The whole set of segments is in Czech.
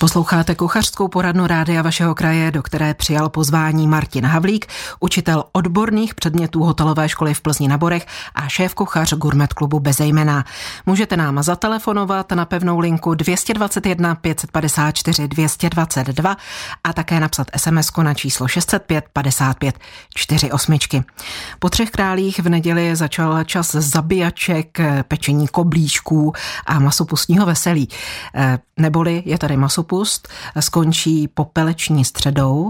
Posloucháte kuchařskou poradnu Rádia vašeho kraje, do které přijal pozvání Martin Havlík, učitel odborných předmětů hotelové školy v Plzni na Borech a šéf-kuchař Gourmet klubu Bezejmenná. Můžete nám zatelefonovat na pevnou linku 221 554 222 a také napsat SMS-ku na číslo 605 55 48. Po Třech králích v neděli začal čas zabíjaček, pečení koblížků a masopustního veselí. Neboli je tady masopust, skončí popeleční středou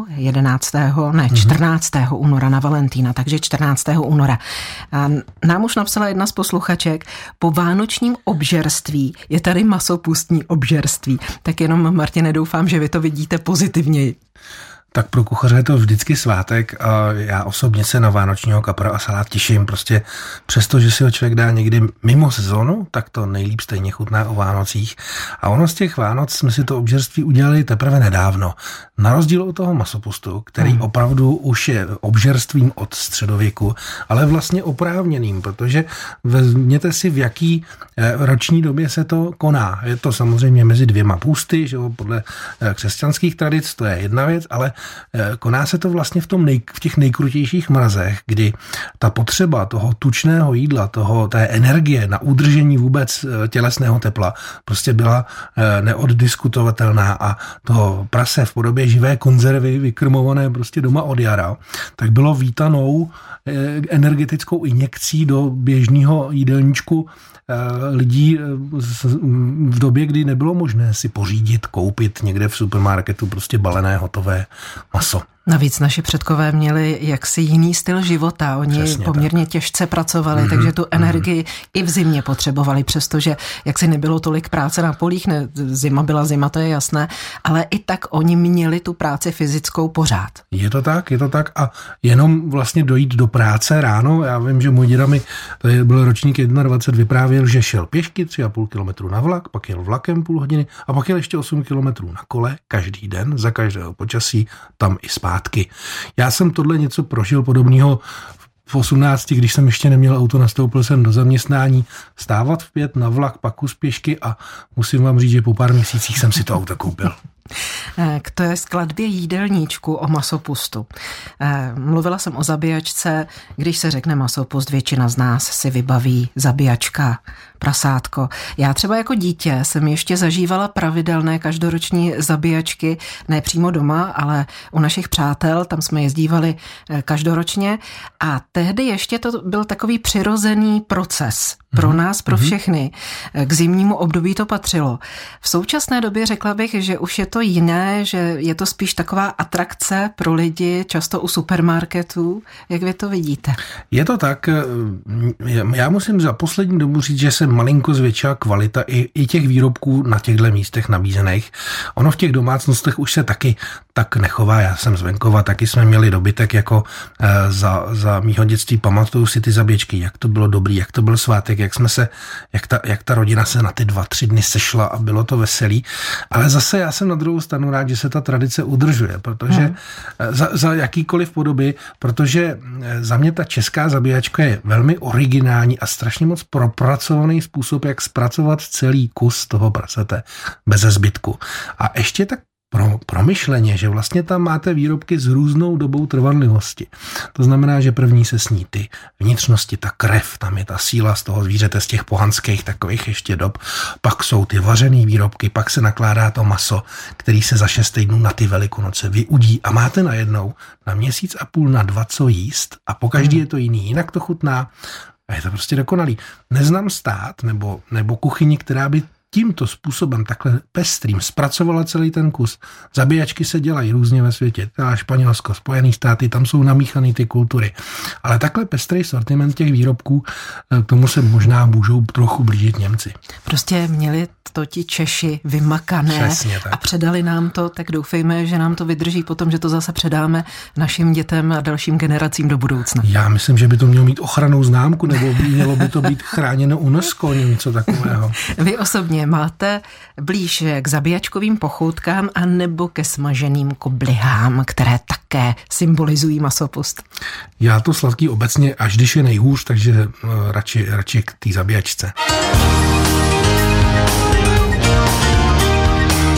14. února na Valentína, takže 14. února. A nám už napsala jedna z posluchaček, po vánočním obžerství je tady masopustní obžerství. Tak jenom, Martine, doufám, že vy to vidíte pozitivněji. Tak pro kuchaře je to vždycky svátek a já osobně se na vánočního kapra a salát těším. Prostě přesto, že si ho člověk dá někdy mimo sezónu, tak to nejlíp stejně chutná o Vánocích. A ono z těch Vánoc jsme si to obžerství udělali teprve nedávno. Na rozdíl od toho masopustu, který opravdu už je obžerstvím od středověku, ale vlastně oprávněným, protože vezměte si, v jaký roční době se to koná. Je to samozřejmě mezi dvěma pusty, že jo, podle křesťanských tradic, to je jedna věc, ale koná se to vlastně v těch nejkrutějších mrazech, kdy ta potřeba toho tučného jídla, té energie na udržení vůbec tělesného tepla prostě byla neoddiskutovatelná a toho prase v podobě živé konzervy vykrmované prostě doma od jara, tak bylo vítanou energetickou injekcí do běžného jídelníčku lidí v době, kdy nebylo možné si pořídit, koupit někde v supermarketu prostě balené hotové maso. Navíc naši předkové měli jaksi jiný styl života. Oni přesně poměrně tak těžce pracovali, takže tu energii i v zimě potřebovali, přestože jaksi nebylo tolik práce na polích, ne, zima byla zima, to je jasné, ale i tak oni měli tu práci fyzickou pořád. Je to tak a jenom vlastně dojít do práce ráno, já vím, že můj děda mi, to byl ročník 21, vyprávěl, že šel pěšky 3,5 kilometru na vlak, pak jel vlakem půl hodiny a pak jel ještě 8 kilometrů na kole každý den, za každého počasí, tam i zpátky. Já jsem tohle něco prožil podobného v 18, když jsem ještě neměl auto, nastoupil jsem do zaměstnání, vstávat v 5 na vlak, pak kus pěšky a musím vám říct, že po pár měsících jsem si to auto koupil. K té skladbě jídelníčku o masopustu. Mluvila jsem o zabíjačce. Když se řekne masopust, většina z nás si vybaví zabíjačka, prasátko. Já třeba jako dítě jsem ještě zažívala pravidelné každoroční zabíjačky, ne přímo doma, ale u našich přátel, tam jsme jezdívali každoročně a tehdy ještě to byl takový přirozený proces pro nás, pro všechny. K zimnímu období to patřilo. V současné době řekla bych, že už je to jiné, že je to spíš taková atrakce pro lidi, často u supermarketů. Jak vy to vidíte? Je to tak. Já musím za poslední dobu říct, že se malinko zvětšila kvalita i těch výrobků na těchto místech nabízených. Ono v těch domácnostech už se taky tak nechová. Já jsem z venkova, taky jsme měli dobytek jako za mýho dětství. Pamatuju si ty zaběčky, jak to bylo dobrý, jak to byl svátek, jak ta rodina se na ty 2-3 dny sešla a bylo to veselý. Ale zase já jsem na druhou stranu rád, že se ta tradice udržuje, protože za jakýkoliv podoby, protože za mě ta česká zabíjačka je velmi originální a strašně moc propracovaný způsob, jak zpracovat celý kus toho prasete beze zbytku. A ještě tak promyšleně, že vlastně tam máte výrobky s různou dobou trvanlivosti. To znamená, že první se sní ty vnitřnosti, ta krev, tam je ta síla z toho zvířete, z těch pohanských takových ještě dob. Pak jsou ty vařený výrobky, pak se nakládá to maso, který se za 6 týdnů na ty Velikonoce vyudí a máte najednou na 1,5 měsíce, na 2 co jíst a pokaždý je to jiný, jinak to chutná a je to prostě dokonalý. Neznám stát nebo kuchyni, která by tímto způsobem, takhle pestrým, zpracovala celý ten kus. Zabíjačky se dělají různě ve světě. Španělsko, Spojené státy, tam jsou namíchané ty kultury. Ale takhle pestrý sortiment těch výrobků, tomu se možná můžou trochu blížit Němci. Prostě měli to ti Češi vymakané a předali nám to, tak doufejme, že nám to vydrží potom, že to zase předáme našim dětem a dalším generacím do budoucna. Já myslím, že by to mělo mít ochrannou známku, nebo mělo by to být chráněno UNESCO, něco takového. Vy osobně máte blíž k zabíjačkovým pochoutkám a nebo ke smaženým koblihám, které také symbolizují masopust? Já to sladký obecně, až když je nejhůř, takže radši k té zabíjačce.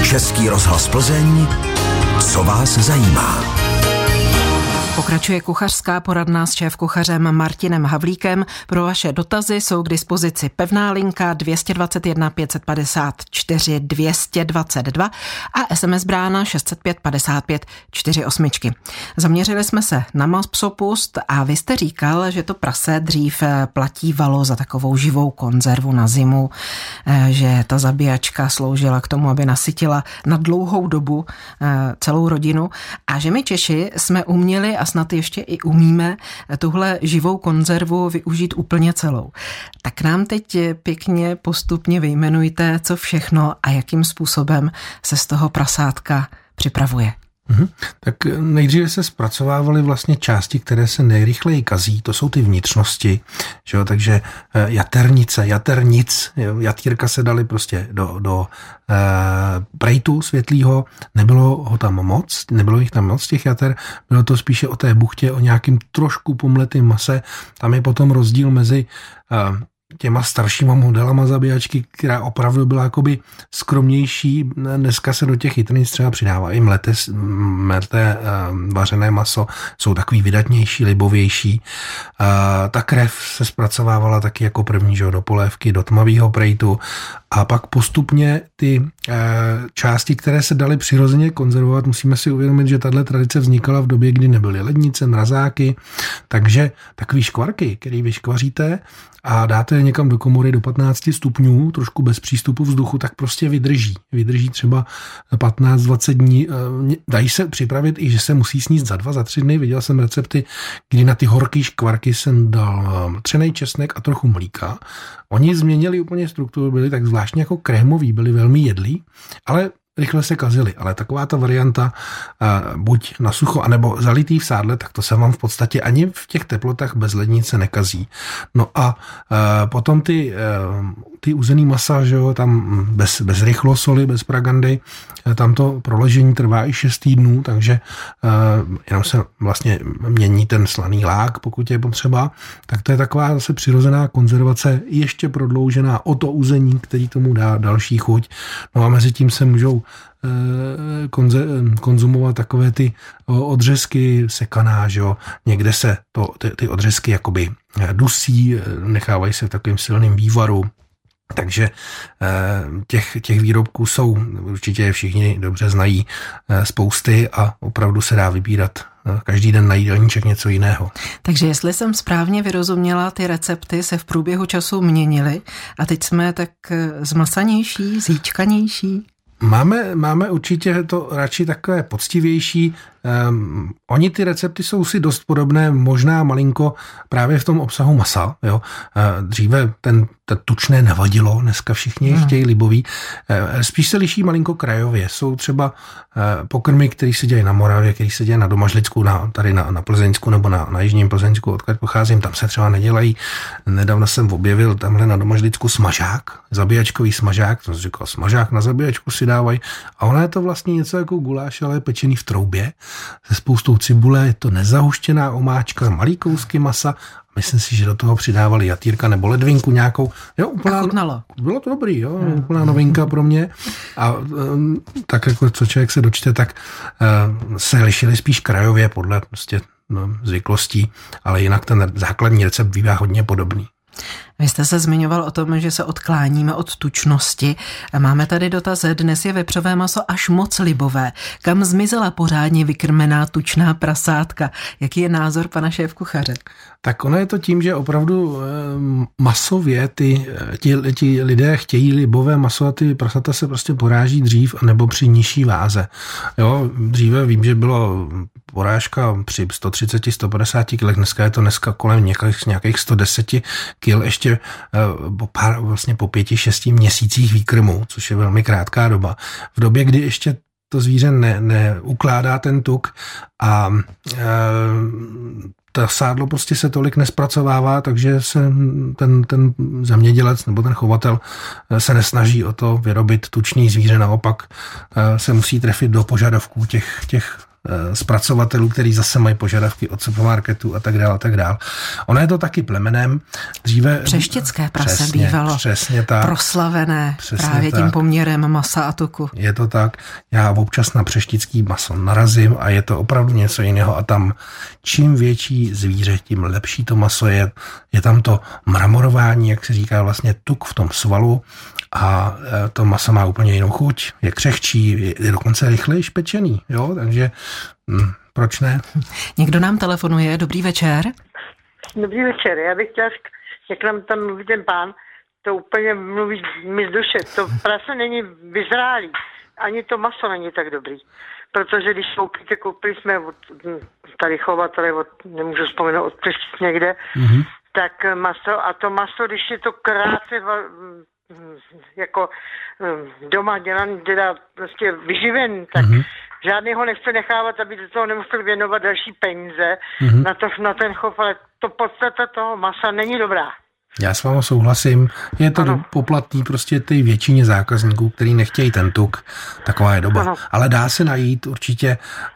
Český rozhlas Plzeň. Co vás zajímá? Pokračuje kuchařská poradna s šéfkuchařem Martinem Havlíkem. Pro vaše dotazy jsou k dispozici pevná linka 221 554 222 a SMS brána 605 55 48. Zaměřili jsme se na masopust a vy jste říkal, že to prase dřív platívalo za takovou živou konzervu na zimu, že ta zabíjačka sloužila k tomu, aby nasytila na dlouhou dobu celou rodinu a že my Češi jsme uměli a snad ještě i umíme tuhle živou konzervu využít úplně celou. Tak nám teď pěkně postupně vyjmenujte, co všechno a jakým způsobem se z toho prasátka připravuje. Tak nejdříve se zpracovávaly vlastně části, které se nejrychleji kazí, to jsou ty vnitřnosti, že jo? Takže jatýrka se daly prostě do prejtu světlýho, nebylo jich tam moc těch jater, bylo to spíše o té buchtě, o nějakým trošku pomletým mase, tam je potom rozdíl mezi těma staršíma modelama zabíjačky, která opravdu byla jakoby skromnější. Dneska se do těch jitnic třeba přidává i mleté vařené maso, jsou takový vydatnější, libovější. Ta krev se zpracovávala taky jako první, že do polévky, do tmavého prejtu a pak postupně ty části, které se daly přirozeně konzervovat, musíme si uvědomit, že tahle tradice vznikala v době, kdy nebyly lednice, mrazáky, takže takový škvarky, který vyškvaříte a dáte je někam do komory do 15 stupňů, trošku bez přístupu vzduchu, tak prostě vydrží. Vydrží třeba 15-20 dní. Dají se připravit i, že se musí sníst za 2, za 3 dny. Viděl jsem recepty, kdy na ty horký škvarky jsem dal třenej česnek a trochu mlíka. Oni změnili úplně strukturu, byli tak zvláštně jako krémoví, byli velmi jedlí, ale rychle se kazily, ale taková ta varianta buď na sucho, anebo zalitý v sádle, tak to se vám v podstatě ani v těch teplotách bez lednice nekazí. No a potom ty uzený masa, že jo, tam bez rychlosoli, bez pragandy, tam to proležení trvá i 6 týdnů, takže jenom se vlastně mění ten slaný lák, pokud je potřeba, tak to je taková zase přirozená konzervace, ještě prodloužená o to uzení, který tomu dá další chuť. No a mezi tím se můžou konzumovat takové ty odřezky sekaná, že jo. Někde se ty odřezky jakoby dusí, nechávají se v takovým silným vývaru. Takže těch výrobků jsou, určitě všichni dobře znají, spousty a opravdu se dá vybírat každý den na jídelníček něco jiného. Takže jestli jsem správně vyrozuměla, ty recepty se v průběhu času měnily a teď jsme tak zmasanější, zíčkanější. Máme určitě to radši takové poctivější. Oni ty recepty jsou si dost podobné, možná malinko právě v tom obsahu masa. Jo. Dříve to tučné nevadilo, dneska všichni chtějí libový. Spíš se liší malinko krajově. Jsou třeba pokrmy, které se dějí na Moravě, které se dějí na Domažlicku, tady na Plzeňsku nebo na Jižním Plzeňsku, odkud pocházím, tam se třeba nedělají. Nedávno jsem objevil tamhle na Domažlicku smažák, zabíjačkový smažák, to jsem říkal, smažák na zabíjačku si dávají. A ono je to vlastně něco jako guláš, ale pečený v troubě, se spoustou cibule, je to nezahuštěná omáčka, malý kousky masa. Myslím si, že do toho přidávali jatýrka nebo ledvinku nějakou. Jo, bylo to dobrý, jo, úplná novinka pro mě. A tak jako co člověk se dočte, tak se lišili spíš krajově podle prostě zvyklostí, ale jinak ten základní recept bývá hodně podobný. Vy jste se zmiňoval o tom, že se odkláníme od tučnosti. Máme tady dotaz, dnes je vepřové maso až moc libové. Kam zmizela pořádně vykrmená tučná prasátka? Jaký je názor pana šéfkuchaře? Tak ono je to tím, že opravdu masově ti lidé chtějí libové maso a ty prasata se prostě poráží dřív nebo při nižší váze. Jo, dříve vím, že bylo porážka při 130-150 kg, dneska je to kolem nějakých 110 kg, ještě vlastně po 5-6 měsících výkrmu, což je velmi krátká doba. V době, kdy ještě to zvíře neukládá ten tuk a to sádlo prostě se tolik nespracovává, takže se ten zemědělec nebo ten chovatel se nesnaží o to vyrobit tučný zvíře, naopak se musí trefit do požadavků těch zpracovatelů, který zase mají požadavky od supermarketů a tak dále, a tak dále. Ono je to taky plemenem. Dříve Přeštické prase bývalo přesně tak, proslavené právě tak. Tím poměrem masa a tuku. Je to tak. Já občas na přeštický maso narazím a je to opravdu něco jiného a tam čím větší zvíře, tím lepší to maso je. Je tam to mramorování, jak se říká, vlastně tuk v tom svalu a to maso má úplně jinou chuť. Je křehčí, je dokonce rychlejší pečený. Jo? Takže proč ne? Někdo nám telefonuje. Dobrý večer. Dobrý večer. Já bych chtěla, jak nám tam mluví ten pán, to úplně mluví mi z duše. To prase není vyzrálý. Ani to maso není tak dobrý. Protože když koupili jsme od tady chovatele, nemůžu vzpomenout, od Přeštic někde, tak maso, a to maso, když je to krátce jako doma dělaný, teda prostě vyživen, tak žádný ho nechce nechávat, aby do toho nemusel věnovat další peníze na ten chov, ale to podstata toho masa není dobrá. Já s vámi souhlasím. Je to poplatný prostě té většině zákazníků, který nechtějí ten tuk. Taková je doba. Ano. Ale dá se najít určitě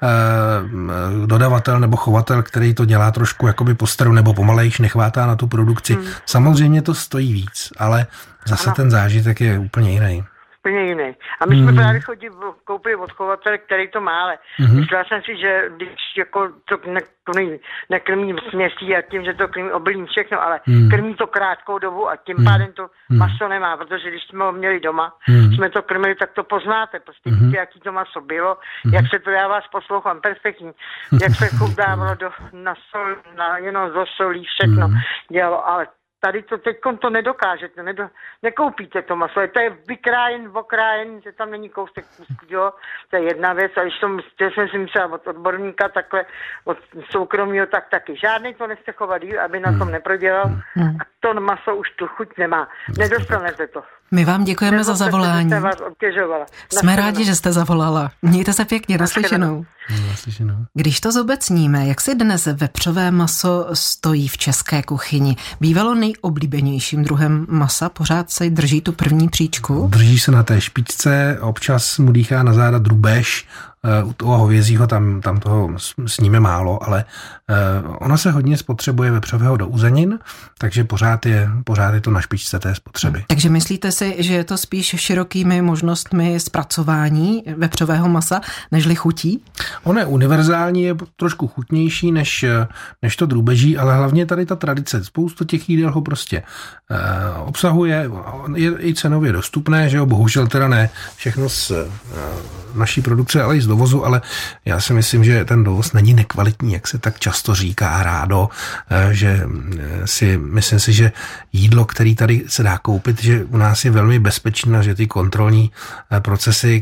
dodavatel nebo chovatel, který to dělá trošku jakoby po staru nebo pomalejš, nechvátá na tu produkci. Samozřejmě to stojí víc, ale zase ten zážitek je úplně jiný. Úplně jiný. A my jsme právě koupili od chovatele, který to má, ale myslela jsem si, že když jako to nekrmí směsí a tím, že to krmí obilím všechno, ale krmí to krátkou dobu a tím pádem to maso nemá, protože když jsme ho měli doma, jsme to krmili, tak to poznáte, prostě víte, jaký to maso bylo, jak se to, já vás poslouchám perfektní, jak se dávalo na sol, jenom do solí, všechno dělalo, ale tady to teďkom to nedokážete, nekoupíte to maso, to je okrájen, že tam není kousek kůzku, jo, to je jedna věc, a když jsem si myslela od odborníka, takhle od soukromího, tak taky. Žádný to nechce chovat, aby na tom neprodělal a to maso už tu chuť nemá. Nedostanete to. My vám děkujeme za zavolání. Jsme rádi, že jste zavolala. Mějte se pěkně, naslyšenou. Když to zobecníme, jak si dnes vepřové maso stojí v české kuchyni? Bývalo nejoblíbenějším druhem masa, pořád se drží tu první příčku? Drží se na té špičce, občas mu dýchá na záda drůbež, u toho hovězího tam toho sníme málo, ale ono se hodně spotřebuje vepřového do uzenin, takže pořád je to na špičce té spotřeby. Takže myslíte si, že je to spíš širokými možnostmi zpracování vepřového masa, nežli chutí? Ono je univerzální, je trošku chutnější než to drůbeží, ale hlavně tady ta tradice. Spoustu těch jídel ho prostě obsahuje, je i cenově dostupné, že jo, bohužel teda ne všechno z naší produkce, ale i z dovozu, ale já si myslím, že ten dovoz není nekvalitní, jak se tak často říká rádo, že myslím si, že jídlo, který tady se dá koupit, že u nás je velmi bezpečné, že ty kontrolní procesy,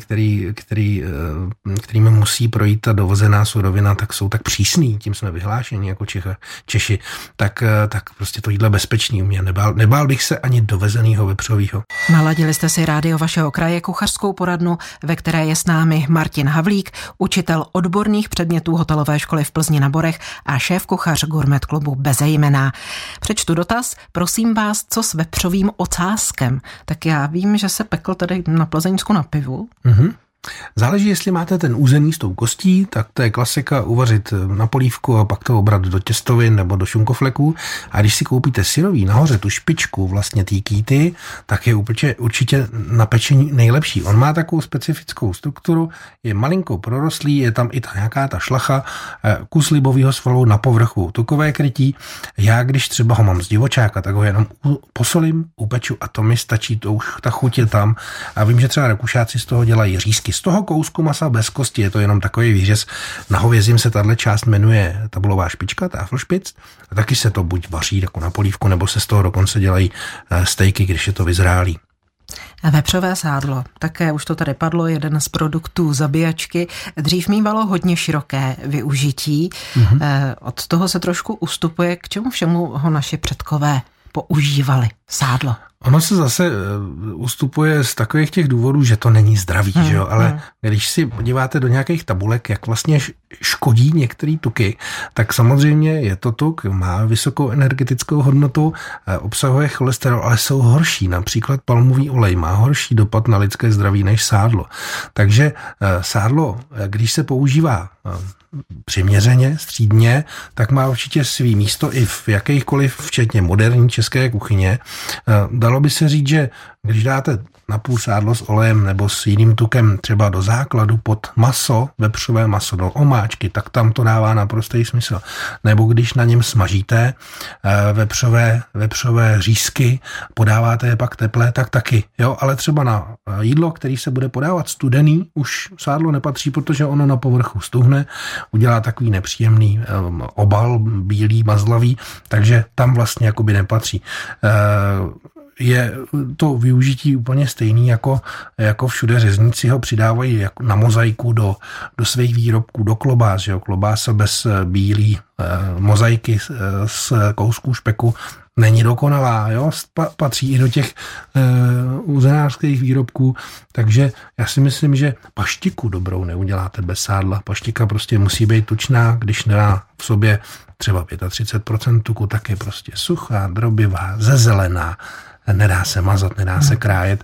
kterými musí projít ta dovozená surovina, tak jsou tak přísný, tím jsme vyhlášeni jako Češi, tak prostě to jídlo je bezpečný. Nebál bych se ani dovezenýho vepřovýho. Naladili jste si rádio vašeho kraje, kuchařskou poradnu, ve které je s námi Martin Havlík, učitel odborných předmětů hotelové školy v Plzni na Borech a šéf kuchař Gourmet klubu Bezejmená. Přečtu dotaz, prosím vás, co s vepřovým ocáskem? Tak já vím, že se pekl tady na Plzeňsku na pivu. Záleží, jestli máte ten uzený s tou kostí, tak to je klasika uvařit na polívku a pak to obrat do těstovin nebo do šunkofleků. A když si koupíte syrový nahoře tu špičku vlastně té kýty, tak je určitě na pečení nejlepší. On má takovou specifickou strukturu, je malinko prorostlý, je tam i nějaká ta šlacha, kus libového svalu na povrchu, tukové krytí. Já, když třeba ho mám z divočáka, tak ho jenom posolím, upeču a to mi stačí, to už ta chuť je tam. A vím, že třeba Rakušáci z toho dělají řízky. Z toho kousku masa bez kosti, je to jenom takový výřez. Na hovězím se tahle část jmenuje tabulová špička, Tafelspitz, a taky se to buď vaří jako na polívku, nebo se z toho dokonce dělají stejky, když je to vyzrálý. Vepřové sádlo, také už to tady padlo, jeden z produktů zabíjačky. Dřív mívalo hodně široké využití. Od toho se trošku ustupuje, k čemu všemu ho naši předkové používali sádlo. Ono se zase ustupuje z takových těch důvodů, že to není zdravý, že jo? Ale když si podíváte do nějakých tabulek, jak vlastně škodí některé tuky, tak samozřejmě je to tuk, má vysokou energetickou hodnotu, obsahuje cholesterol, ale jsou horší. Například palmový olej má horší dopad na lidské zdraví než sádlo. Takže sádlo, když se používá přiměřeně, střídně, tak má určitě svý místo i v jakýchkoliv, včetně moderní české kuchyně. Dalo by se říct, že když dáte napůl sádlo s olejem nebo s jiným tukem třeba do základu pod maso, vepřové maso, do omáčky, tak tam to dává naprostý smysl. Nebo když na něm smažíte vepřové řízky, podáváte je pak teplé, tak taky. Jo? Ale třeba na jídlo, který se bude podávat studený, už sádlo nepatří, protože ono na povrchu stuhne, udělá takový nepříjemný obal, bílý, mazlavý, takže tam vlastně jakoby nepatří. Je to využití úplně stejný, jako všude řezníci ho přidávají na mozaiku do svých výrobků, do klobás. Že jo? Klobása bez bílé mozaiky z kousků špeku není dokonalá, jo? Patří i do těch uzenářských výrobků, takže já si myslím, že paštiku dobrou neuděláte bez sádla. Paštika prostě musí být tučná, když nemá v sobě třeba 35% tuku, tak je prostě suchá, drobivá, zezelená, nedá se mazat, nedá se krájet.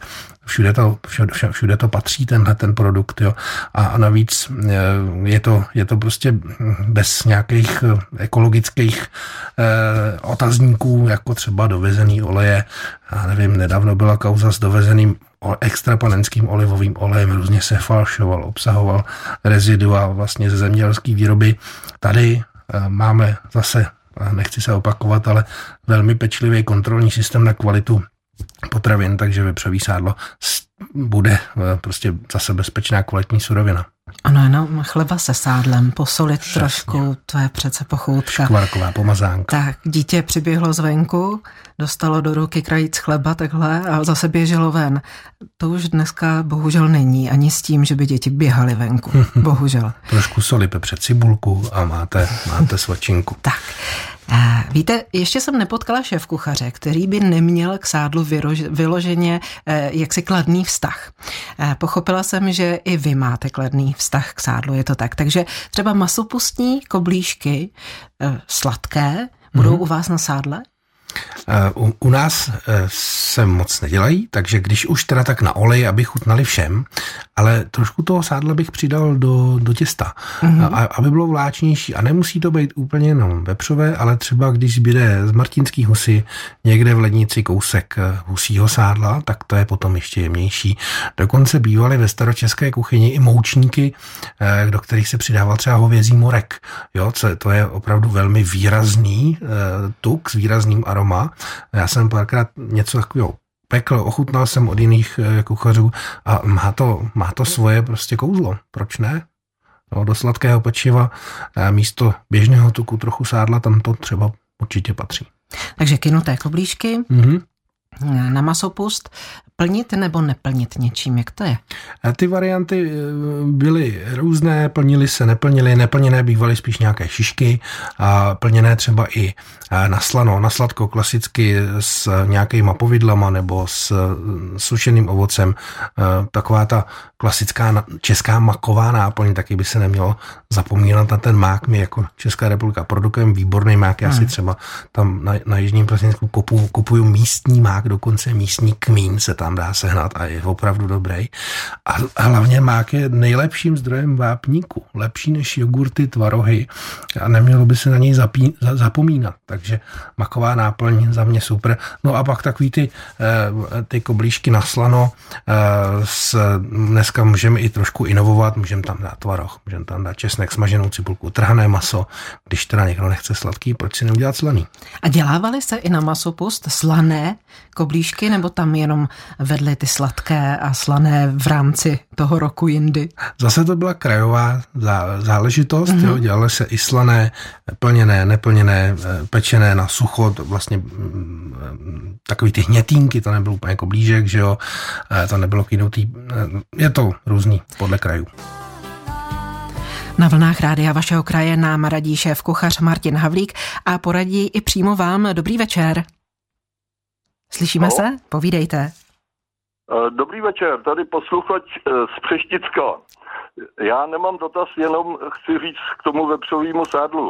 Všude to patří ten produkt, jo. A navíc je to prostě bez nějakých ekologických otazníků, jako třeba dovezený oleje. Já nevím, nedávno byla kauza s dovezeným extrapanenským olivovým olejem, různě se falšoval, obsahoval rezidua vlastně ze zemědělské výroby. Tady máme zase, nechci se opakovat, ale velmi pečlivý kontrolní systém na kvalitu potravin, takže vepřový sádlo bude prostě zase bezpečná kvalitní surovina. Ano, jenom chleba se sádlem, posolit přesně trošku, to je přece pochoutka. Škvarková pomazánka. Tak, dítě přiběhlo zvenku, dostalo do ruky krajíc chleba takhle a zase běželo ven. To už dneska bohužel není ani s tím, že by děti běhaly venku. Bohužel. Trošku soli, pepře, cibulku a máte svačinku. Tak. Víte, ještě jsem nepotkala šéfkuchaře, který by neměl k sádlu vyloženě jaksi kladný vztah. Pochopila jsem, že i vy máte kladný vztah k sádlu, je to tak. Takže třeba masopustní koblížky sladké budou u vás na sádle? U nás se moc nedělají, takže když už teda tak na olej, aby chutnali všem, ale trošku toho sádla bych přidal do těsta, aby bylo vláčnější. A nemusí to být úplně jenom vepřové, ale třeba když zbyde z martinský husy někde v lednici kousek husího sádla, tak to je potom ještě jemnější. Dokonce bývaly ve staročeské kuchyni i moučníky, do kterých se přidával třeba hovězí morek. Jo, to je opravdu velmi výrazný tuk s výrazným aromem. Já jsem párkrát něco takového pekl, ochutnal jsem od jiných kuchařů a má to svoje prostě kouzlo. Proč ne? No, do sladkého pečiva místo běžného tuku trochu sádla, tam to třeba určitě patří. Takže kynuté koblížky, na masopust, plnit nebo neplnit něčím, jak to je? Ty varianty byly různé, plnily se, neplnily, neplněné bývaly spíš nějaké šišky a plněné třeba i na slano, na sladko, klasicky s nějakýma povidlama nebo s sušeným ovocem. Taková ta klasická česká maková náplň, taky by se nemělo zapomínat na ten mák. My jako Česká republika produkujeme výborný mák, já si třeba tam na Jižním Plzeňsku kupuju místní mák, dokonce místní kmín se tam dá sehnat a je opravdu dobrý. A hlavně mák je nejlepším zdrojem vápníku, lepší než jogurty, tvarohy a nemělo by se na něj zapomínat. Takže maková náplň za mě super. No a pak takový ty koblížky na slano, dneska můžeme i trošku inovovat, můžeme tam dát tvaroh, můžeme tam dát česnek, smaženou cibulku, trhané maso, když teda někdo nechce sladký, proč si neudělat slaný? A dělávaly se i na masopust slané koblížky, nebo tam jenom vedly ty sladké a slané v rámci toho roku jindy? Zase to byla krajová záležitost, jo, dělaly se i slané, plněné, neplněné, pečené na sucho, to vlastně takový ty hnětínky, to nebyl úplně koblížek, že jo, to nebylo kynutý, je to různý podle krajů. Na vlnách Rádia vašeho kraje nám radí šéfkuchař Martin Havlík a poradí i přímo vám. Dobrý večer. Slyšíme se? Povídejte. Dobrý večer, tady posluchač z Přešticka. Já nemám dotaz, jenom chci říct k tomu vepřovému sádlu.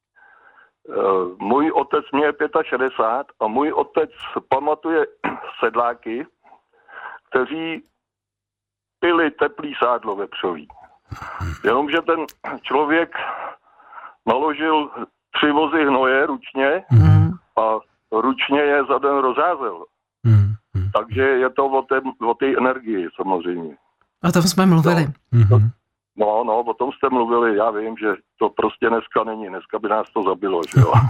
Můj otec, mě je 65 a můj otec pamatuje sedláky, kteří pili teplý sádlo vepřový. Jenomže ten člověk naložil 3 vozy hnoje ručně a ručně je za den rozházel. Takže je to o té energii samozřejmě. O tom jsme mluvili. No, o tom jste mluvili. Já vím, že to prostě dneska není. Dneska by nás to zabilo, že jo.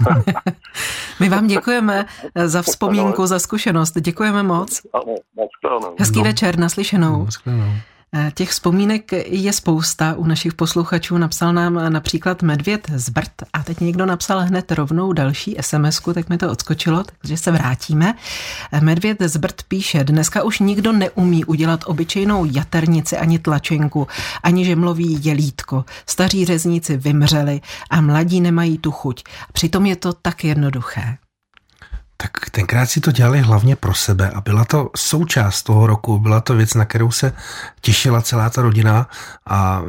My vám děkujeme za vzpomínku, za zkušenost. Děkujeme moc. Ano, hezký večer, naslyšenou. Těch vzpomínek je spousta u našich posluchačů. Napsal nám například Medvěd z Brd a teď někdo napsal hned rovnou další SMS-ku, tak mi to odskočilo, takže se vrátíme. Medvěd z Brd píše, dneska už nikdo neumí udělat obyčejnou jaternici ani tlačenku, ani žemlový jelítko. Staří řezníci vymřeli a mladí nemají tu chuť. Přitom je to tak jednoduché. Tak tenkrát si to dělali hlavně pro sebe a byla to součást toho roku, byla to věc, na kterou se těšila celá ta rodina a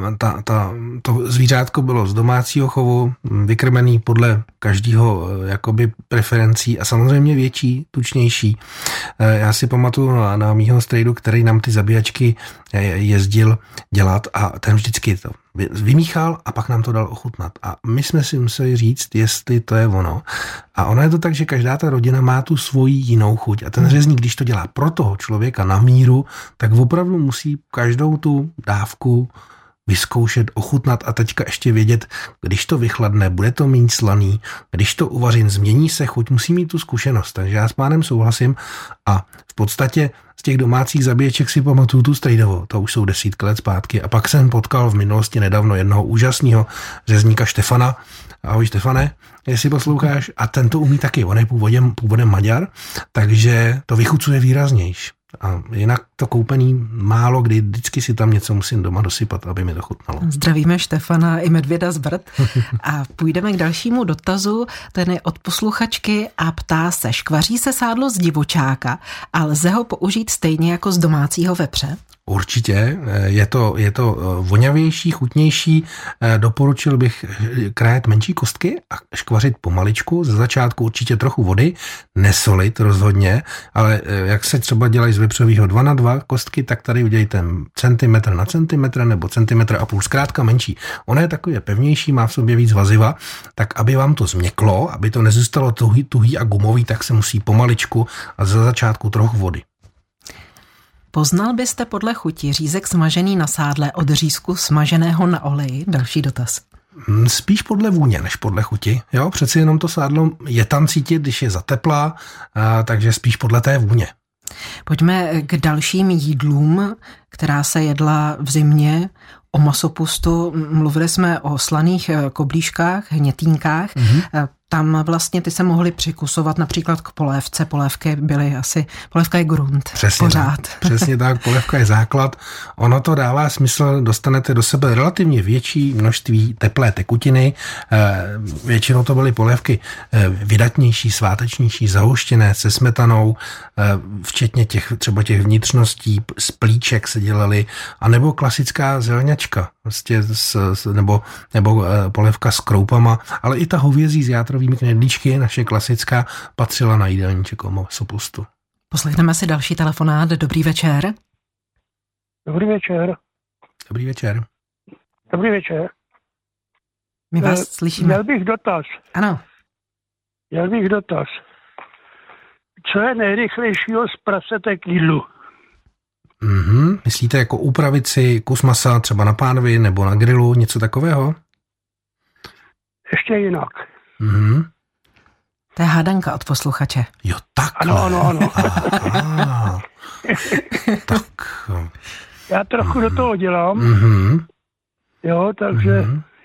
to zvířátko bylo z domácího chovu, vykrmený podle každého jakoby preferencí a samozřejmě větší, tučnější. Já si pamatuju na mýho strejdu, který nám ty zabíjačky jezdil dělat a ten vždycky to vymíchal a pak nám to dal ochutnat. A my jsme si museli říct, jestli to je ono. A ono je to tak, že každá ta rodina má tu svoji jinou chuť. A ten řezník, když to dělá pro toho člověka na míru, tak opravdu musí každou tu dávku vyzkoušet, ochutnat a teďka ještě vědět, když to vychladne, bude to méně slaný, když to uvařím, změní se chuť, musí mít tu zkušenost. Takže já s pánem souhlasím a v podstatě z těch domácích zabíječek si pamatuju tu strejdovou, to už jsou 10 let zpátky. A pak jsem potkal v minulosti nedávno jednoho úžasného řezníka Štefana. Ahoj Štefane, jestli posloucháš. A ten to umí taky, on je původem Maďar, takže to vychucuje výraznější. A jinak to koupený málo kdy, vždycky si tam něco musím doma dosypat, aby mi to chutnalo. Zdravíme Štefana i Medvěda z Brd a půjdeme k dalšímu dotazu, ten je od posluchačky a ptá se, škvaří se sádlo z divočáka a lze ho použít stejně jako z domácího vepře? Určitě, je to voňavější, chutnější, doporučil bych krájet menší kostky a škvařit pomaličku, ze začátku určitě trochu vody, nesolit rozhodně, ale jak se třeba dělají z vepřového 2x2 kostky, tak tady udělejte centimetr na centimetr nebo centimetr a půl, zkrátka menší. Ono je takové pevnější, má v sobě víc vaziva, tak aby vám to změklo, aby to nezůstalo tuhý a gumový, tak se musí pomaličku a ze začátku trochu vody. Poznal byste podle chuti řízek smažený na sádle od řízku smaženého na oleji? Další dotaz. Spíš podle vůně, než podle chuti. Jo, přeci jenom to sádlo je tam cítit, když je zateplá, takže spíš podle té vůně. Pojďme k dalším jídlům, která se jedla v zimě. O masopustu mluvili jsme o slaných koblížkách, hnětínkách. Tam vlastně ty se mohly přikusovat například k polévce. Polévka je grunt. Přesně pořád. Tak, přesně tak, polévka je základ. Ono to dává smysl, dostanete do sebe relativně větší množství teplé tekutiny. Většinou to byly polévky vydatnější, svátečnější, zahuštěné se smetanou, včetně třeba těch vnitřností, z plíček se dělaly, anebo klasická zelňačka, vlastně nebo polévka s kroupama, ale i ta hovězí s játrovými knedlíčky, naše klasická, patřila na jídelníček o masopustu. Poslechneme si další telefonát. Dobrý večer. Dobrý večer. Dobrý večer. Dobrý večer. My vás slyšíme. Měl bych dotaz. Ano. Co je nejrychlejšího z prasete k jídlu? Myslíte jako upravit si kus masa třeba na pánvi nebo na grilu, něco takového? Ještě jinak. To je hádanka od posluchače. Jo, takhle. Ano. Tak. Já trochu do toho dělám. Jo, takže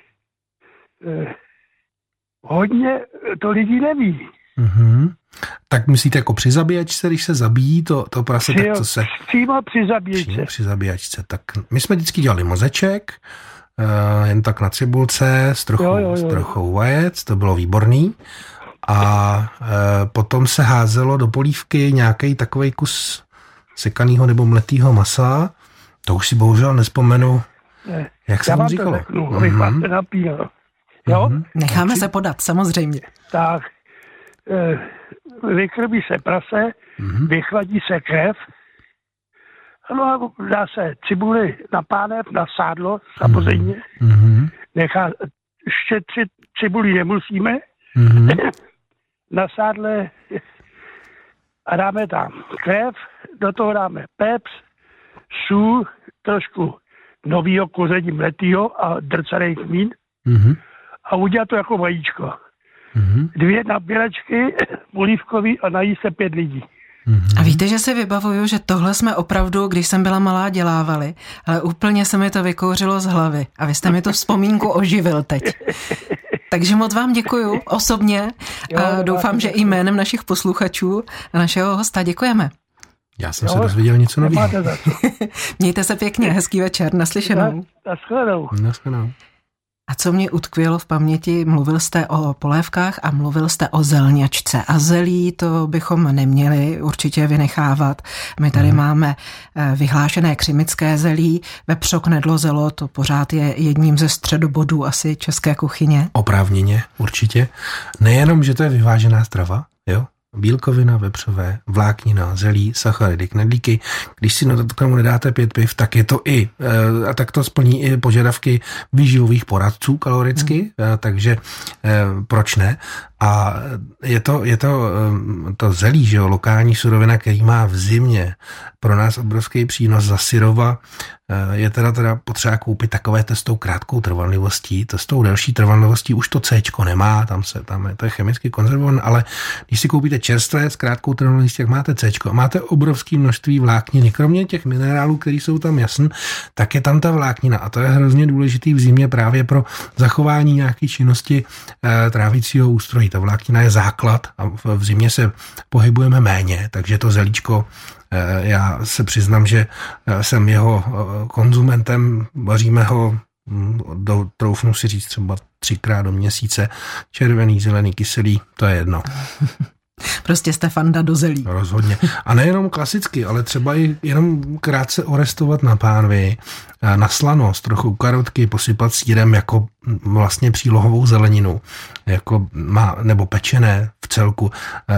hodně to lidi neví. Tak myslíte jako při zabíjačce, když se zabíjí to prase, tak to se... Přímo při zabíjačce. Přímo při zabíjačce. Tak my jsme vždycky dělali mozeček, jen tak na cibulce, s trochou vajec, to bylo výborný. a potom se házelo do polívky nějaký takovej kus sekanýho nebo mletýho masa. To už si bohužel nespomenu, jak se mu říkalo. Já vám to řeknu, jo? Necháme se podat, samozřejmě. Tak, vykrmí se prase, vychladí se krev, no a dá se cibuli na pánev, na sádlo, samozřejmě. Nechá, štětřit cibuli nemusíme. Na sádle a dáme tam krev, do toho dáme pepř, sůl, trošku novýho koření mletýho a drcanej kmín a udělat to jako vajíčko. 2 nabíračky olívkový a nají se 5 lidí. A víte, že si vybavuju, že tohle jsme opravdu, když jsem byla malá, dělávali, ale úplně se mi to vykouřilo z hlavy a vy jste mi tu vzpomínku oživil teď. Takže moc vám děkuju osobně a doufám, že i jménem našich posluchačů a našeho hosta děkujeme. Já jsem se dozvěděl něco nového. Mějte se pěkně, hezký večer, naslyšenou. Naschledanou. A co mě utkvělo v paměti, mluvil jste o polévkách a mluvil jste o zelňačce. A zelí to bychom neměli určitě vynechávat. My tady máme vyhlášené křimické zelí, vepřo, knedlo, zelo, to pořád je jedním ze středobodů asi české kuchyně. Oprávněně, určitě. Nejenom, že to je vyvážená strava, jo? Bílkovina, vepřové, vláknina, zelí, sacharidy, knedlíky. Když si k tomu nedáte 5 piv, tak je to a tak to splní i požadavky výživových poradců kaloricky, takže proč ne? A je to zelí, že jo, lokální surovina, který má v zimě pro nás obrovský přínos za syrova. Je teda potřeba koupit takové to s tou krátkou trvanlivostí, to s tou delší trvanlivostí už to Cčko nemá, to je chemicky konzervované, ale když si koupíte čerstvé s krátkou trvanlivostí, tak máte Cčko a máte obrovské množství vlákniny. Kromě těch minerálů, které jsou tam jasný, tak je tam ta vláknina a to je hrozně důležitý v zimě právě pro zachování nějaké činnosti trávicího ústrojí. Ta vláknina je základ a v zimě se pohybujeme méně, takže to zelíčko, já se přiznám, že jsem jeho konzumentem, vaříme ho, troufnu si říct, třeba 3krát do měsíce, červený, zelený, kyselý, to je jedno. Prostě jste fanda do zelí. Rozhodně. A nejenom klasicky, ale třeba i jenom krátce orestovat na pánvi, na slanost, trochu karotky, posypat sýrem jako vlastně přílohovou zeleninu, jako nebo pečené v celku,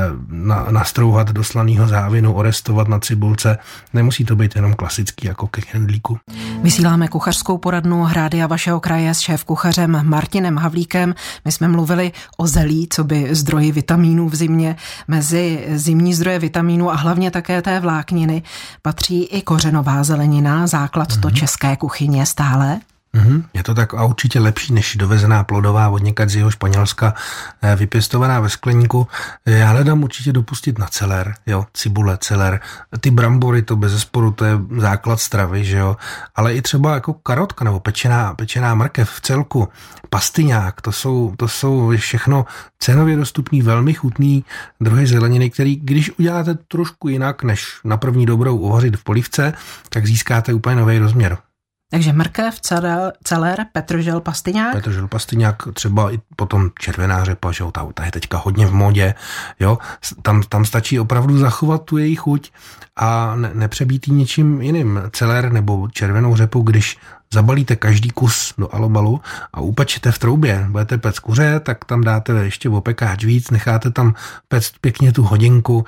nastrouhat do slaného závinu, orestovat na cibulce. Nemusí to být jenom klasický jako ke knedlíku. Vysíláme kuchařskou poradnu Rádia vašeho kraje s šéfkuchařem Martinem Havlíkem. My jsme mluvili o zelí, co by zdroji vitamínů v zimě. Mezi zimní zdroje vitamínů a hlavně také té vlákniny patří i kořenová zelenina, základ to české kuchyně stále. Je to tak a určitě lepší než dovezená plodová od někať z jeho Španělska, vypěstovaná ve skleníku. Já hledám určitě dopustit na celer, jo, cibule, celer, ty brambory, to bezesporu, to je základ stravy, že jo, ale i třeba jako karotka nebo pečená mrkev v celku, pastyňák, to jsou všechno cenově dostupný, velmi chutný druhy zeleniny, který, když uděláte trošku jinak, než na první dobrou uvařit v polívce, tak získáte úplně nový rozměr. Takže mrkev, celer, petržel, pastyňák? Petržel, pastyňák, třeba i potom červená řepa, že jo, ta je teďka hodně v modě, jo. Tam stačí opravdu zachovat tu její chuť a nepřebít ji ničím jiným. Celer nebo červenou řepu, když zabalíte každý kus do alobalu a upečete v troubě, budete pec kuře, tak tam dáte ještě opekáč víc, necháte tam pec pěkně tu hodinku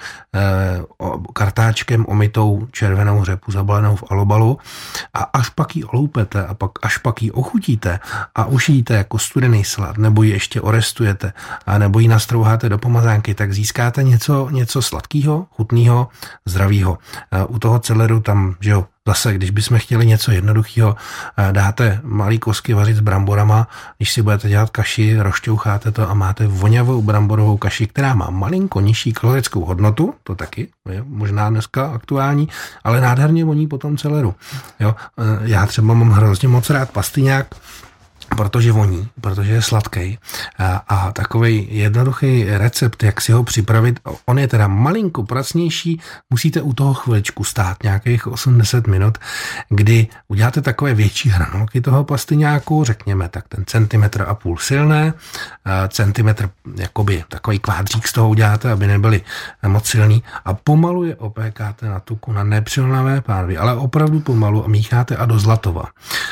kartáčkem omytou červenou řepu zabalenou v alobalu a až pak ji oloupete a až pak ji ochutíte a už jíte jako studený salát, nebo ji ještě orestujete a nebo ji nastrouháte do pomazánky, tak získáte něco sladkého, chutného, zdravého. U toho celeru tam, že jo, zase, když bychom chtěli něco jednoduchého, dáte malý kosky vařit s bramborama, když si budete dělat kaši, rozšťoucháte to a máte vonavou bramborovou kaši, která má malinko nižší kalorickou hodnotu, to taky je možná dneska aktuální, ale nádherně voní potom celeru. Jo? Já třeba mám hrozně moc rád pastyňák, protože voní, protože je sladký. A takovej jednoduchý recept, jak si ho připravit, on je teda malinko pracnější, musíte u toho chviličku stát, nějakých 80 minut, kdy uděláte takové větší hranolky toho pastyňáku, řekněme tak ten 1,5 centimetr silné, centimetr jakoby takový kvádřík z toho uděláte, aby nebyly moc silný a pomalu je opékáte na tuku na nepřilnavé pánvi, ale opravdu pomalu a mícháte a do zlatova,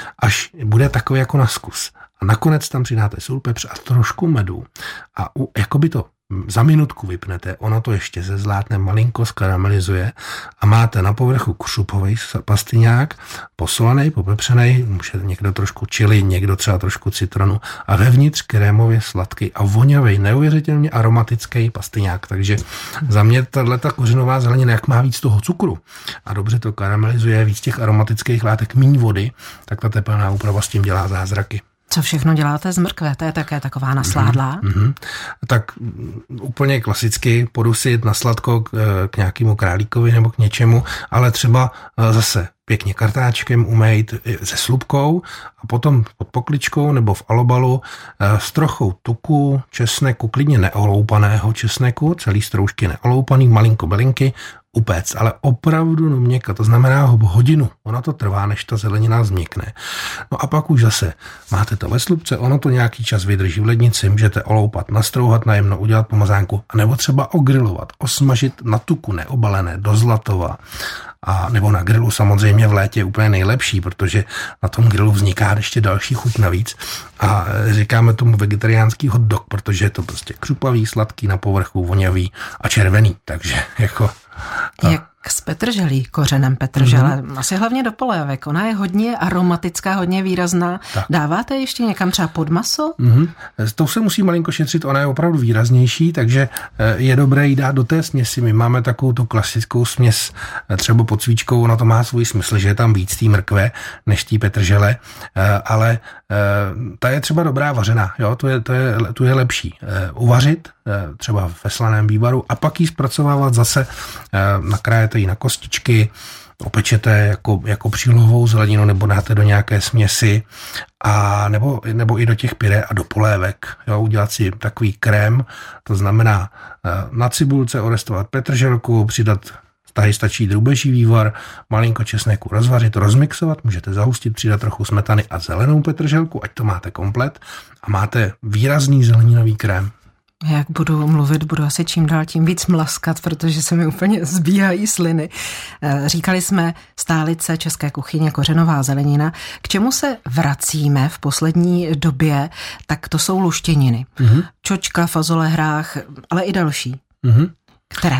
až bude takový jako na zkus. A nakonec tam přidáte sůl, pepř a trošku medu a jakoby to za minutku vypnete, ono to ještě zezlátne, malinko skaramelizuje a máte na povrchu křupový pastyňák, posolený, popepřený, může někdo trošku chili, někdo třeba trošku citronu a vevnitř krémově sladký a vonavý, neuvěřitelně aromatický pastyňák. Takže za mě tato kořenová zelenina, jak má víc toho cukru a dobře to karamelizuje, víc těch aromatických látek, míň vody, tak ta tepelná úprava s tím dělá zázraky. Co všechno děláte z mrkve? To je také taková nasládlá? Tak úplně klasicky podusit na sladko k nějakému králíkovi nebo k něčemu, ale třeba zase pěkně kartáčkem umýt se slupkou a potom pod pokličkou nebo v alobalu s trochou tuku, česneku, klidně neoloupaného česneku, celý stroužky neoloupaný, malinko bylinky, upéct, ale opravdu no měkka, to znamená hodinu. Ono to trvá, než ta zelenina změkne. No a pak už zase máte to ve slupce, ono to nějaký čas vydrží v lednici, můžete oloupat, nastrouhat najemno, udělat pomazánku, a nebo třeba ogrilovat, osmažit na tuku neobalené do zlatova. A nebo na grilu samozřejmě v létě je úplně nejlepší, protože na tom grilu vzniká ještě další chuť navíc. A říkáme tomu vegetariánský hot dog, protože je to prostě křupavý, sladký na povrchu, vonavý a červený. Takže jako... Jak s petrželí, kořenem petržele, asi hlavně do polévek. Ona je hodně aromatická, hodně výrazná. Tak. Dáváte ještě někam třeba pod maso? S tou se musí malinko šetřit, ona je opravdu výraznější, takže je dobré jí dát do té směsi. My máme takovou tu klasickou směs třeba pod svíčkou, ona to má svůj smysl, že je tam víc té mrkve než té petržele, ale ta je třeba dobrá vařená, jo? To je lepší. Uvařit třeba ve slaném vývaru a pak ji zpracovávat zase, nakrájete ji na kostičky, opečete jako přílohovou zeleninu nebo dáte do nějaké směsi a nebo i do těch pyré a do polévek. Jo, udělat si takový krém, to znamená na cibulce orestovat petrželku, přidat tady stačí drůbeží vývar, malinko česneku rozvařit, rozmixovat, můžete zahustit, přidat trochu smetany a zelenou petrželku, ať to máte komplet a máte výrazný zeleninový krém. Jak budu mluvit, budu asi čím dál tím víc mlaskat, protože se mi úplně zbíhají sliny. Říkali jsme stálice české kuchyně, kořenová zelenina. K čemu se vracíme v poslední době, tak to jsou luštěniny. Čočka, fazole, hrách, ale i další. Které?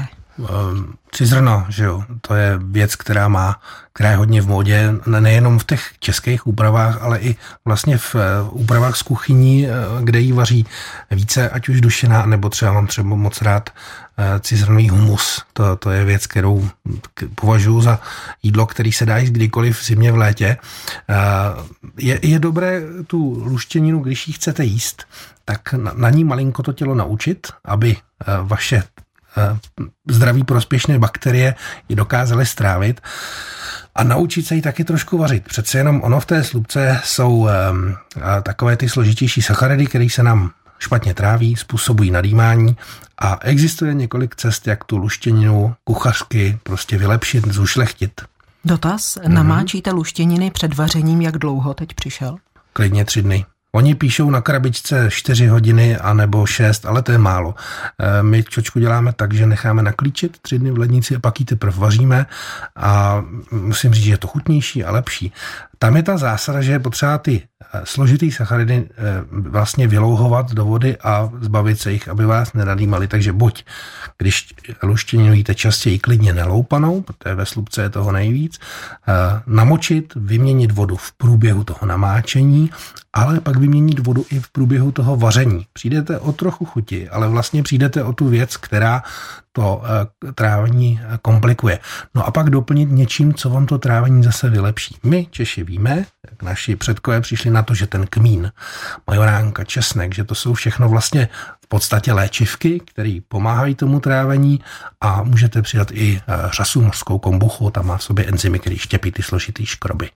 Cizrna, že jo, to je věc, která je hodně v módě, nejenom v těch českých úpravách, ale i vlastně v úpravách z kuchyní, kde jí vaří více, ať už dušená, nebo třeba mám moc rád cizrnový humus. To je věc, kterou považuji za jídlo, který se dá jíst kdykoliv v zimě, v létě. Je dobré tu luštěninu, když ji chcete jíst, tak na ní malinko to tělo naučit, aby vaše zdraví prospěšné bakterie ji dokázaly strávit a naučit se ji taky trošku vařit. Přece jenom ono v té slupce jsou takové ty složitější sacharidy, které se nám špatně tráví, způsobují nadýmání a existuje několik cest, jak tu luštěninu kuchařky prostě vylepšit, zušlechtit. Dotaz, namáčíte luštěniny před vařením, jak dlouho teď přišel? Klidně 3 dny. Oni píšou na krabičce 4 hodiny anebo 6, ale to je málo. My čočku děláme tak, že necháme naklíčit 3 dny v lednici a pak ji teprve vaříme a musím říct, že je to chutnější a lepší. Tam je ta zásada, že je potřeba ty složitý sacharidy vlastně vylouhovat do vody a zbavit se jich, aby vás nenadýmali. Takže buď, když luštěninu jíte častěji, klidně neloupanou, protože ve slupce je toho nejvíc, namočit, vyměnit vodu v průběhu toho namáčení, ale pak vyměnit vodu i v průběhu toho vaření. Přijdete o trochu chuti, ale vlastně přijdete o tu věc, která to trávení komplikuje. No a pak doplnit něčím, co vám to trávení zase vylepší. My, Češi, víme, jak naši předkové přišli na to, že ten kmín, majoránka, česnek, že to jsou všechno vlastně v podstatě léčivky, které pomáhají tomu trávení a můžete přidat i řasu, mořskou kombuchu, tam má v sobě enzymy, které štěpí ty složitý škroby.